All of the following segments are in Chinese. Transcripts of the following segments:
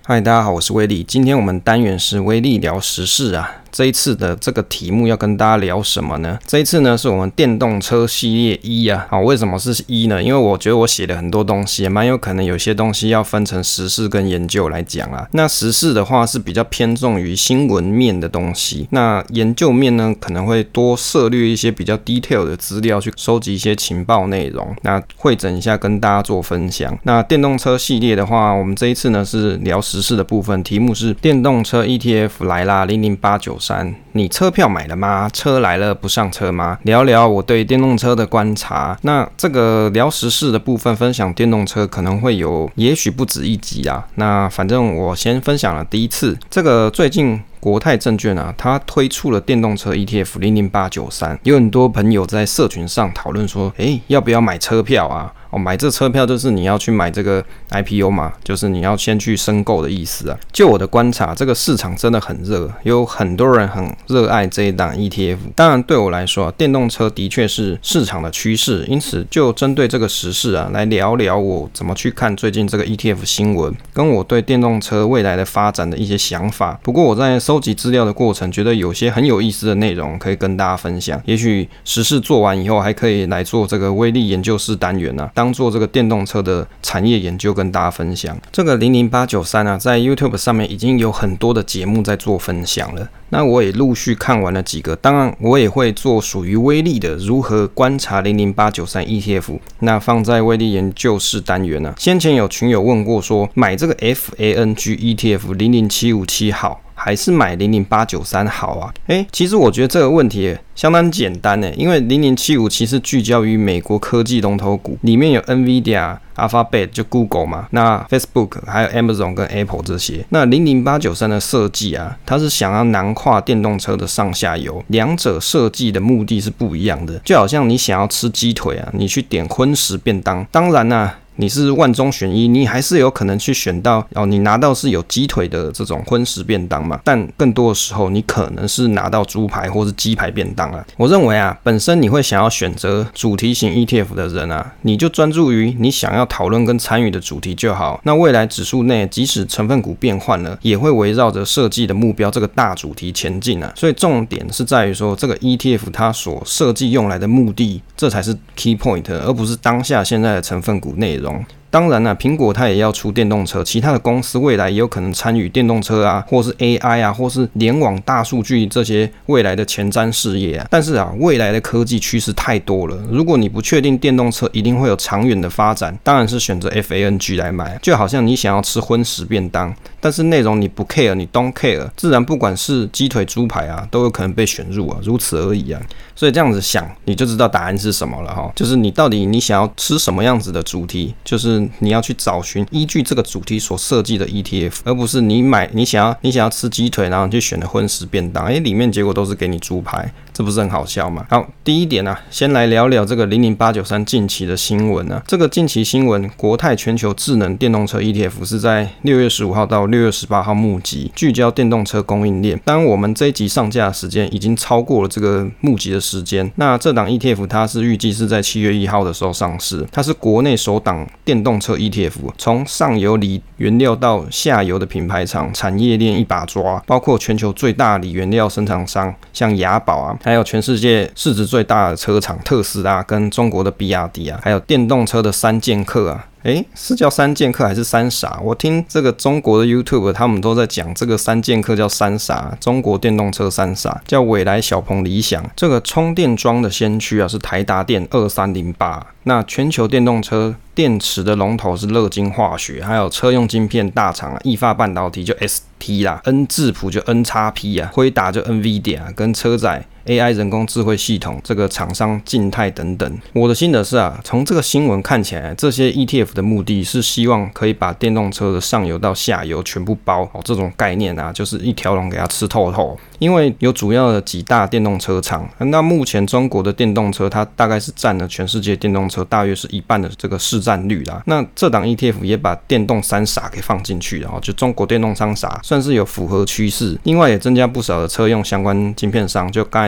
嗨，大家好，我是威力。今天我们单元是威力聊时事啊。这一次的这个题目要跟大家聊什么呢？这一次呢是我们电动车系列1啊。好，为什么是1呢？因为我觉得我写了很多东西，蛮有可能有些东西要分成时事跟研究来讲啊。那时事的话是比较偏重于新闻面的东西，那研究面呢可能会多涉略一些比较 detail 的资料，去收集一些情报内容，那汇整一下跟大家做分享。那电动车系列的话，我们这一次呢是聊时事的部分，题目是电动车 ETF 来啦00893，你车票买了吗？车来了不上车吗？聊聊我对电动车的观察。那这个聊时事的部分，分享电动车可能会有，也许不止一集啊。那反正我先分享了第一次，这个最近国泰证券啊，它推出了电动车 ETF 00893，有很多朋友在社群上讨论说，要不要买车票啊？买这车票就是你要去买这个 IPO 嘛，就是你要先去申购的意思啊。就我的观察，这个市场真的很热，有很多人很热爱这一档 ETF。当然对我来说啊，电动车的确是市场的趋势，因此就针对这个时事啊，来聊聊我怎么去看最近这个 ETF 新闻，跟我对电动车未来的发展的一些想法。不过我在收集资料的过程，觉得有些很有意思的内容可以跟大家分享。也许时事做完以后，还可以来做这个威力研究室单元啊，当做这个电动车的产业研究跟大家分享。这个00893啊，在 YouTube 上面已经有很多的节目在做分享了。那我也陆续看完了几个，当然我也会做属于威力的如何观察00893 ETF， 那放在威力研究室单元啊。先前有群友问过说，买这个 FANG ETF 00757好，还是买00893好啊？其实我觉得这个问题相当简单因为00757是聚焦于美国科技龙头股，里面有 NVIDIA、Alphabet 就 Google 嘛，那 Facebook 还有 Amazon 跟 Apple 这些。那00893的设计啊，它是想要囊括电动车的上下游，两者设计的目的是不一样的。就好像你想要吃鸡腿啊，你去点荤食便当，当然你是万中选一，你还是有可能去选到你拿到是有鸡腿的这种荤食便当嘛，但更多的时候你可能是拿到猪排或是鸡排便当啊。我认为本身你会想要选择主题型 ETF 的人你就专注于你想要讨论跟参与的主题就好。那未来指数内即使成分股变换了，也会围绕着设计的目标这个大主题前进所以重点是在于说，这个 ETF 它所设计用来的目的，这才是 key point， 而不是当下现在的成分股内容。当然苹果它也要出电动车，其他的公司未来也有可能参与电动车或是 AI 或是联网大数据这些未来的前瞻事业但是未来的科技趋势太多了，如果你不确定电动车一定会有长远的发展，当然是选择 FANG 来买。就好像你想要吃荤食便当，但是内容你不 care， 你 don't care， 自然不管是鸡腿猪排都有可能被选入如此而已所以这样子想，你就知道答案是什么了就是你到底你想要吃什么样子的主题，就是你要去找寻依据这个主题所设计的 ETF， 而不是你想要吃鸡腿，然后你去选了荤食便当，里面结果都是给你猪排，这不是很好笑吗？好，第一点先来聊聊这个00893近期的新闻这个近期新闻，国泰全球智能电动车 ETF 是在6月15号到6月18号募集，聚焦电动车供应链。当然我们这一集上架的时间已经超过了这个募集的时间，那这档 ETF 它是预计是在7月1号的时候上市，它是国内首档电动车 ETF， 从上游锂原料到下游的品牌厂，产业链一把抓，包括全球最大锂原料生产商像雅宝还有全世界市值最大的车厂特斯拉跟中国的比亚迪还有电动车的三剑客是叫三剑客还是三傻？我听这个中国的 YouTube 他们都在讲这个三剑客叫三傻，中国电动车三傻叫蔚来、小鹏、理想。这个充电桩的先驱是台达电2308。那全球电动车电池的龙头是乐金化学，还有车用晶片大厂意法半导体就 ST 啦，恩智浦就 NXP 辉达就 NVIDIA， 跟车载AI 人工智慧系统这个厂商静态等等。我的心得是从这个新闻看起来，这些 ETF 的目的是希望可以把电动车的上游到下游全部包这种概念就是一条龙给它吃透透。因为有主要的几大电动车厂，那目前中国的电动车它大概是占了全世界电动车大约是一半的这个市占率啦。那这档 ETF 也把电动三傻给放进去了就中国电动三傻算是有符合趋势。另外也增加不少的车用相关晶片商，就刚才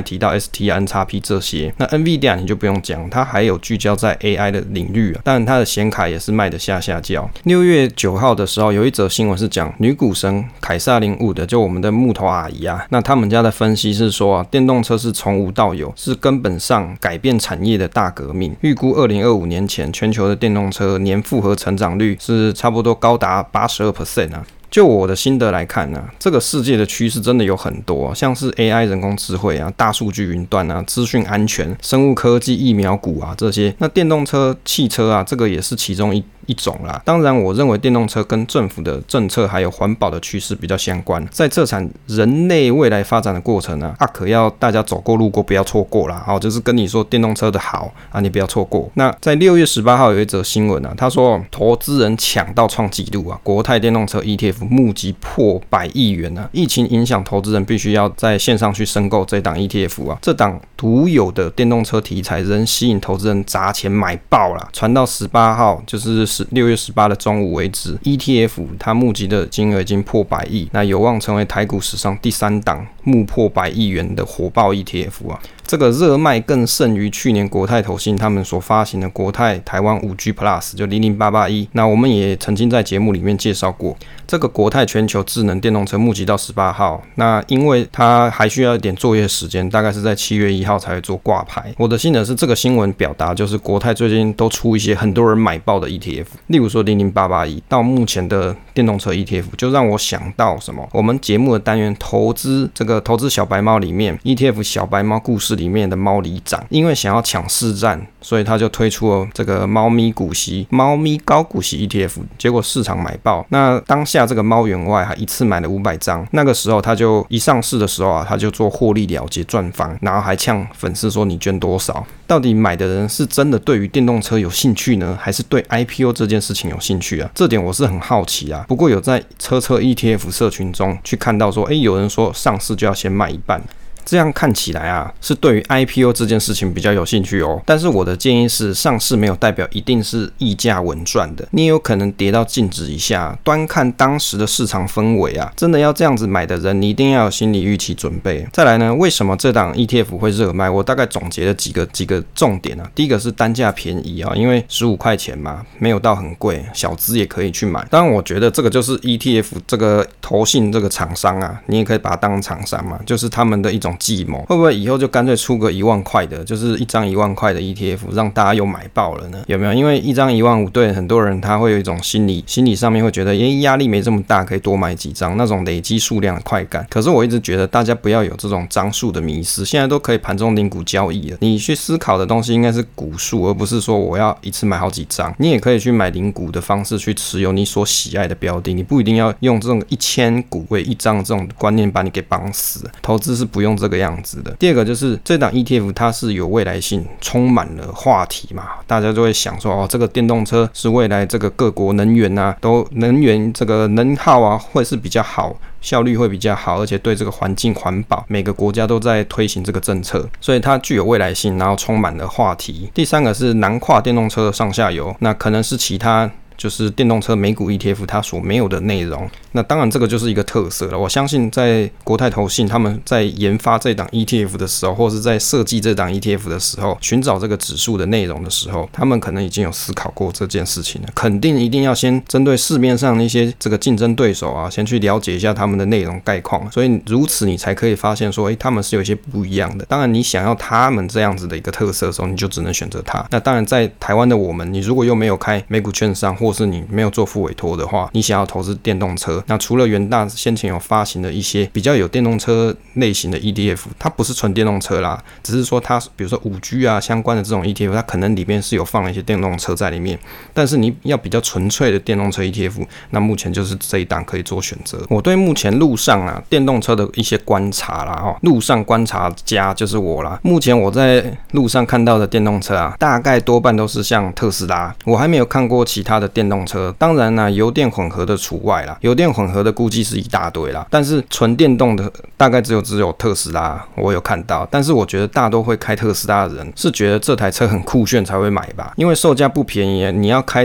提到 ST、NXP 这些。那 NVIDIA 你就不用讲，它还有聚焦在 AI 的领域啊，当然它的显卡也是卖得下叫。6月9号的时候，有一则新闻是讲女股神凯撒琳伍德，就我们的木头阿姨啊，那他们家的分析是说啊，电动车是从无到有，是根本上改变产业的大革命。预估2025年前，全球的电动车年复合成长率是差不多高达82% 啊。就我的心得来看呢，这个世界的趋势真的有很多，像是 AI 人工智慧啊、大数据云端啊、资讯安全、生物科技、疫苗股啊这些。那电动车、汽车啊，这个也是其中一种啦。当然，我认为电动车跟政府的政策还有环保的趋势比较相关。在这场人类未来发展的过程呢，可要大家走过路过不要错过啦。就是跟你说电动车的好啊，你不要错过。那在6月18号有一则新闻啊，他说投资人抢到创纪录啊，国泰电动车 ETF。募集破100亿元啊！疫情影响，投资人必须要在线上去申购这档 ETF 啊。这档独有的电动车题材仍吸引投资人砸钱买爆啦。传到18号，就是6月18的中午为止 ，ETF 它募集的金额已经破100亿，那有望成为台股史上第3档募破100亿元的火爆 ETF 啊。这个热卖更胜于去年国泰投信他们所发行的国泰台湾 5G Plus 就00881。那我们也曾经在节目里面介绍过，这个国泰全球智能电动车募集到18号，那因为它还需要一点作业时间，大概是在7月1号才会做挂牌。我的心得是这个新闻表达就是国泰最近都出一些很多人买爆的 ETF， 例如说00881到目前的电动车 ETF， 就让我想到什么？我们节目的单元投资小白猫里面 ETF 小白猫故事里面的猫里长，因为想要抢市占，所以他就推出了这个猫咪高股息 ETF， 结果市场买爆。那当下这个猫员外还一次买了500张，那个时候他就一上市的时候啊，他就做获利了结赚房，然后还呛粉丝说你捐多少？到底买的人是真的对于电动车有兴趣呢，还是对 IPO 这件事情有兴趣啊？这点我是很好奇啊。不过有在车 ETF 社群中去看到说，有人说上市就要先卖一半。这样看起来啊，是对于 IPO 这件事情比较有兴趣哦。但是我的建议是，上市没有代表一定是溢价稳赚的，你也有可能跌到净值以下。端看当时的市场氛围啊，真的要这样子买的人，你一定要有心理预期准备。再来呢，为什么这档 ETF 会热卖？我大概总结了几个重点啊。第一个是单价便宜啊，因为15块钱嘛，没有到很贵，小资也可以去买。当然，我觉得这个就是 ETF 这个投信这个厂商啊，你也可以把它当厂商嘛，就是他们的一种计谋。会不会以后就干脆出个1万块的，就是一张1万块的 ETF， 让大家又买爆了呢？有没有？因为一张1万5，对很多人他会有一种心理上面会觉得，压力没这么大，可以多买几张，那种累积数量的快感。可是我一直觉得大家不要有这种张数的迷思，现在都可以盘中零股交易了。你去思考的东西应该是股数，而不是说我要一次买好几张。你也可以去买零股的方式去持有你所喜爱的标的，你不一定要用这种1000股为一张这种观念把你给绑死。投资是不用这个样子的。第二个就是这档 ETF 它是有未来性，充满了话题嘛，大家就会想说这个电动车是未来这个各国能源啊，都能源这个能耗啊会是比较好，效率会比较好，而且对这个环境环保，每个国家都在推行这个政策，所以它具有未来性，然后充满了话题。第三个是南跨电动车的上下游，那可能是其他就是电动车美股 ETF 它所没有的内容。那当然这个就是一个特色了。我相信在国泰投信他们在研发这档 ETF 的时候，或是在设计这档 ETF 的时候，寻找这个指数的内容的时候，他们可能已经有思考过这件事情了。肯定一定要先针对市面上那些这个竞争对手啊，先去了解一下他们的内容概况，所以如此你才可以发现说他们是有一些不一样的。当然你想要他们这样子的一个特色的时候，你就只能选择它。那当然在台湾的我们，你如果又没有开美股券商，或是你没有做副委托的话，你想要投资电动车，那除了元大先前有发行的一些比较有电动车类型的 ETF， 它不是纯电动车啦，只是说它比如说 5G 啊相关的这种 ETF， 它可能里面是有放了一些电动车在里面，但是你要比较纯粹的电动车 ETF， 那目前就是这一档可以做选择。我对目前路上啊电动车的一些观察啦，路上观察家就是我啦。目前我在路上看到的电动车啊，大概多半都是像特斯拉，我还没有看过其他的电动车。当然啦，油电混合的除外啦，油电混合的估计是一大堆啦，但是纯电动的大概只有特斯拉我有看到。但是我觉得大多会开特斯拉的人是觉得这台车很酷炫才会买吧，因为售价不便宜，你要开着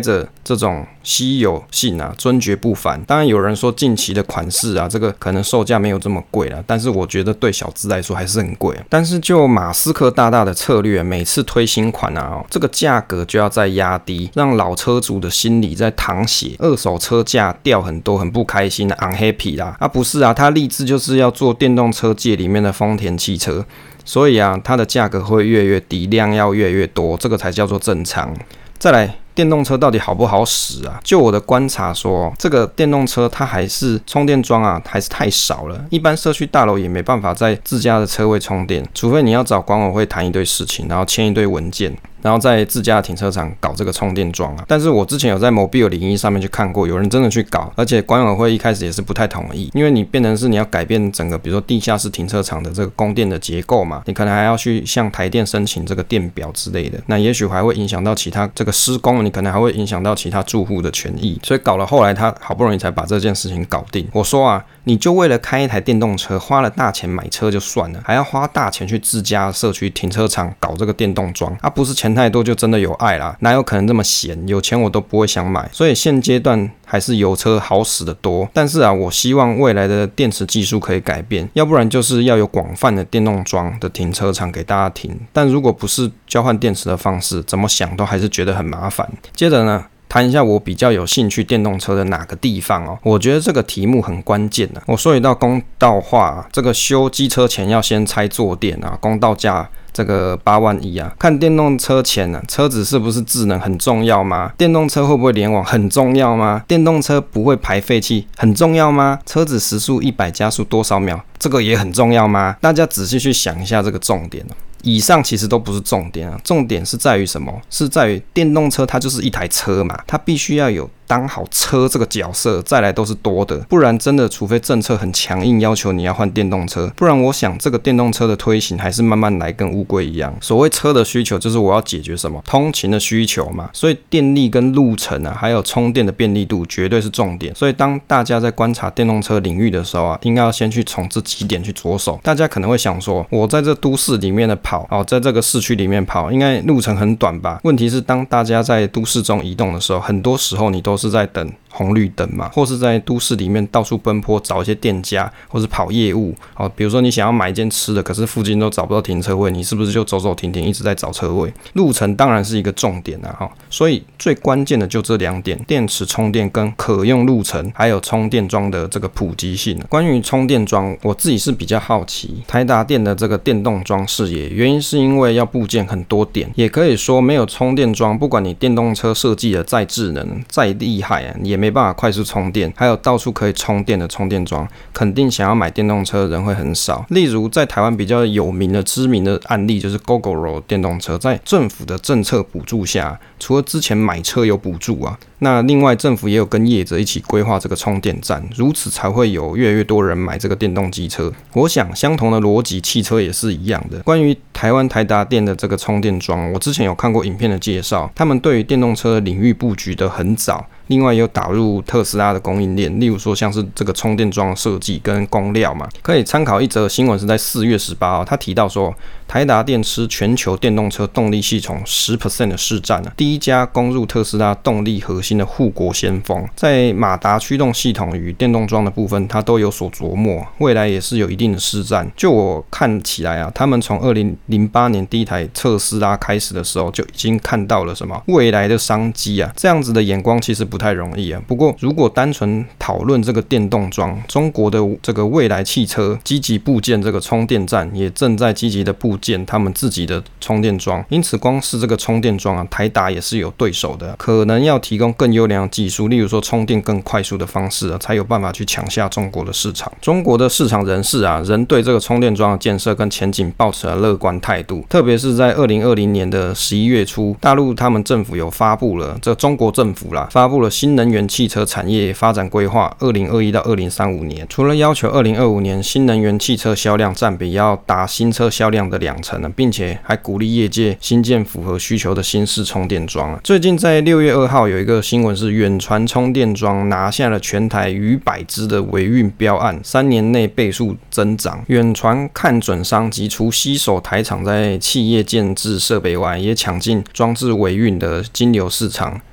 这种稀有性啊，尊爵不凡。当然有人说近期的款式啊，这个可能售价没有这么贵了，但是我觉得对小资来说还是很贵。但是就马斯克大大的策略，每次推新款啊，这个价格就要再压低，让老车主的心里在淌血，二手车价掉很多，很不开心的 unhappy 啦。不是啊，他立志就是要做电动车界里面的丰田汽车。所以啊，它的价格会越来越低，量要越来越多，这个才叫做正常。再来，电动车到底好不好使啊？就我的观察说，这个电动车它还是充电桩啊，还是太少了。一般社区大楼也没办法在自家的车位充电，除非你要找管委会谈一堆事情，然后签一堆文件，然后在自家的停车场搞这个充电桩啊。但是我之前有在 Mobile01上面去看过，有人真的去搞，而且管委会一开始也是不太同意，因为你变成是你要改变整个，比如说地下室停车场的这个供电的结构嘛，你可能还要去向台电申请这个电表之类的，那也许还会影响到其他这个施工，你可能还会影响到其他住户的权益，所以搞了后来他好不容易才把这件事情搞定。我说啊，你就为了开一台电动车，花了大钱买车就算了，还要花大钱去自家社区停车场搞这个电动桩啊，不是钱太多就真的有爱啦，哪有可能这么闲？有钱我都不会想买，所以现阶段还是油车好使的多。但是啊，我希望未来的电池技术可以改变，要不然就是要有广泛的电动桩的停车场给大家停。但如果不是交换电池的方式，怎么想都还是觉得很麻烦。接着呢，谈一下我比较有兴趣电动车的哪个地方哦？我觉得这个题目很关键啊。我说一道公道话，这个修机车前要先拆坐垫啊，公道价这个8万1啊。看电动车前啊，车子是不是智能很重要吗？电动车会不会联网很重要吗？电动车不会排废气很重要吗？车子时速100加速多少秒？这个也很重要吗？大家仔细去想一下这个重点。以上其实都不是重点啊，重点是在于什么？是在于电动车它就是一台车嘛，它必须要有当好车这个角色，再来都是多的，不然真的除非政策很强硬要求你要换电动车，不然我想这个电动车的推行还是慢慢来，跟乌龟一样。所谓车的需求就是我要解决什么通勤的需求嘛，所以电力跟路程啊，还有充电的便利度绝对是重点。所以当大家在观察电动车领域的时候啊，应该要先去从这几点去着手。大家可能会想说，我在这都市里面的跑在这个市区里面跑，应该路程很短吧？问题是当大家在都市中移动的时候，很多时候你都是在等红绿灯嘛，或是在都市里面到处奔波找一些店家，或是跑业务。比如说你想要买一件吃的，可是附近都找不到停车位，你是不是就走走停停一直在找车位？路程当然是一个重点啊，所以最关键的就这2点：电池充电跟可用路程，还有充电桩的这个普及性。关于充电桩，我自己是比较好奇台达电的这个电动桩事业，原因是因为要布建很多点，也可以说没有充电桩，不管你电动车设计的再智能、再厉害啊，也没办法快速充电。还有到处可以充电的充电桩，肯定想要买电动车的人会很少。例如在台湾比较有名的知名的案例就是 Gogoro 电动车，在政府的政策补助下，除了之前买车有补助啊，那另外政府也有跟业者一起规划这个充电站，如此才会有越来越多人买这个电动机车。我想相同的逻辑，汽车也是一样的。关于台湾台达电的这个充电桩，我之前有看过影片的介绍，他们对于电动车的领域布局的很早，另外也有打入特斯拉的供应链，例如说像是这个充电桩设计跟供料嘛，可以参考一则新闻是在4月18号，他提到说台达电吃全球电动车动力系统 10% 的市占，第一家攻入特斯拉动力核心的护国先锋，在马达驱动系统与电动桩的部分，它都有所琢磨，未来也是有一定的市占。就我看起来啊，他们从2008年第一台特斯拉开始的时候，就已经看到了什么未来的商机啊，这样子的眼光其实不太容易啊。不过如果单纯讨论这个电动桩，中国的这个蔚来汽车积极布建这个充电站，也正在积极的布建他们自己的充电桩，因此光是这个充电桩啊，台达也是有对手的，可能要提供更优良的技术，例如说充电更快速的方式啊，才有办法去抢下中国的市场。中国的市场人士啊，仍对这个充电桩的建设跟前景抱持了乐观态度，特别是在2020年的11月初，大陆他们政府有发布了，这中国政府啦，发布了新能源汽车产业发展规划2021到2035年，除了要求2025年新能源汽车销量占比要达新车销量的20%呢，并且还鼓励业界新建符合需求的新式充电桩。最近在6月2号有一个新闻是远传充电桩拿下了全台逾100支的维运标案，3年内倍数增长。远传看准商机，除携手台厂在企业建制设备外，也抢进装置维运的金流市场。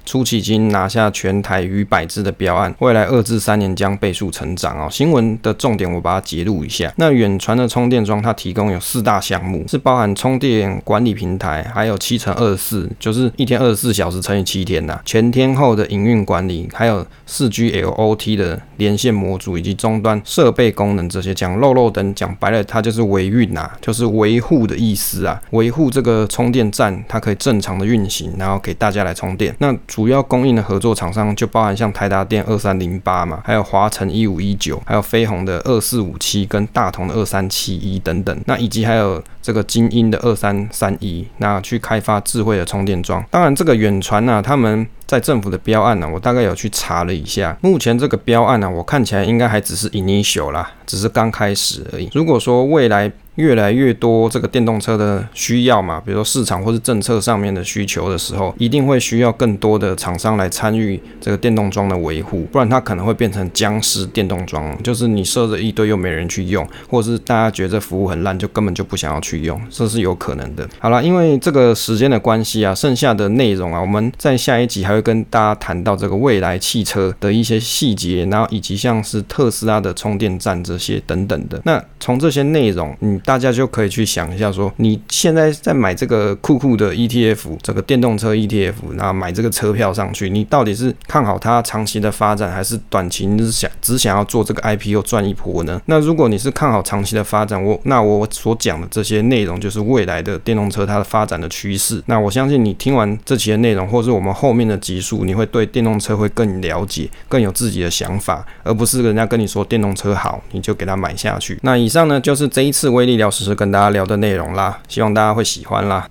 初期已经拿下全台逾100支的标案，未来2至3年将倍数成长哦。新闻的重点我把它截录一下。那远传的充电桩它提供有4大项目，是包含充电管理平台，还有7×24，就是一天24小时乘以7天呐，全天候的营运管理，还有4G LOT 的连线模组以及终端设备功能这些。讲漏漏灯，讲白了它就是维运啊，就是维护的意思啊，维护这个充电站它可以正常的运行，然后给大家来充电。那主要供应的合作厂商就包含像台达电2308嘛，还有华城1519，还有飞鸿的2457跟大同的2371等等，那以及还有这个精英的2331，那去开发智慧的充电桩。当然这个远传啊，他们在政府的标案呢，我大概有去查了一下，目前这个标案呢，我看起来应该还只是 initial 啦，只是刚开始而已。如果说未来越来越多这个电动车的需要嘛，比如说市场或是政策上面的需求的时候，一定会需要更多的厂商来参与这个电动桩的维护，不然它可能会变成僵尸电动桩，就是你设着一堆又没人去用，或者是大家觉得这服务很烂，就根本就不想要去用，这是有可能的。好啦，因为这个时间的关系啊，剩下的内容啊，我们在下一集还会跟大家谈到这个未来汽车的一些细节，然后以及像是特斯拉的充电站这些等等的。那从这些内容，大家就可以去想一下说，你现在在买这个酷酷的 ETF， 这个电动车 ETF， 然后买这个车票上去，你到底是看好它长期的发展，还是短期只想要做这个 IPO 赚一波呢？那如果你是看好长期的发展，那我所讲的这些内容就是未来的电动车它的发展的趋势。那我相信你听完这期的内容，或是我们后面的集数，你会对电动车会更了解，更有自己的想法，而不是人家跟你说电动车好，你就给它买下去。那以上呢就是这一次威力聊实事跟大家聊的内容啦，希望大家会喜欢啦。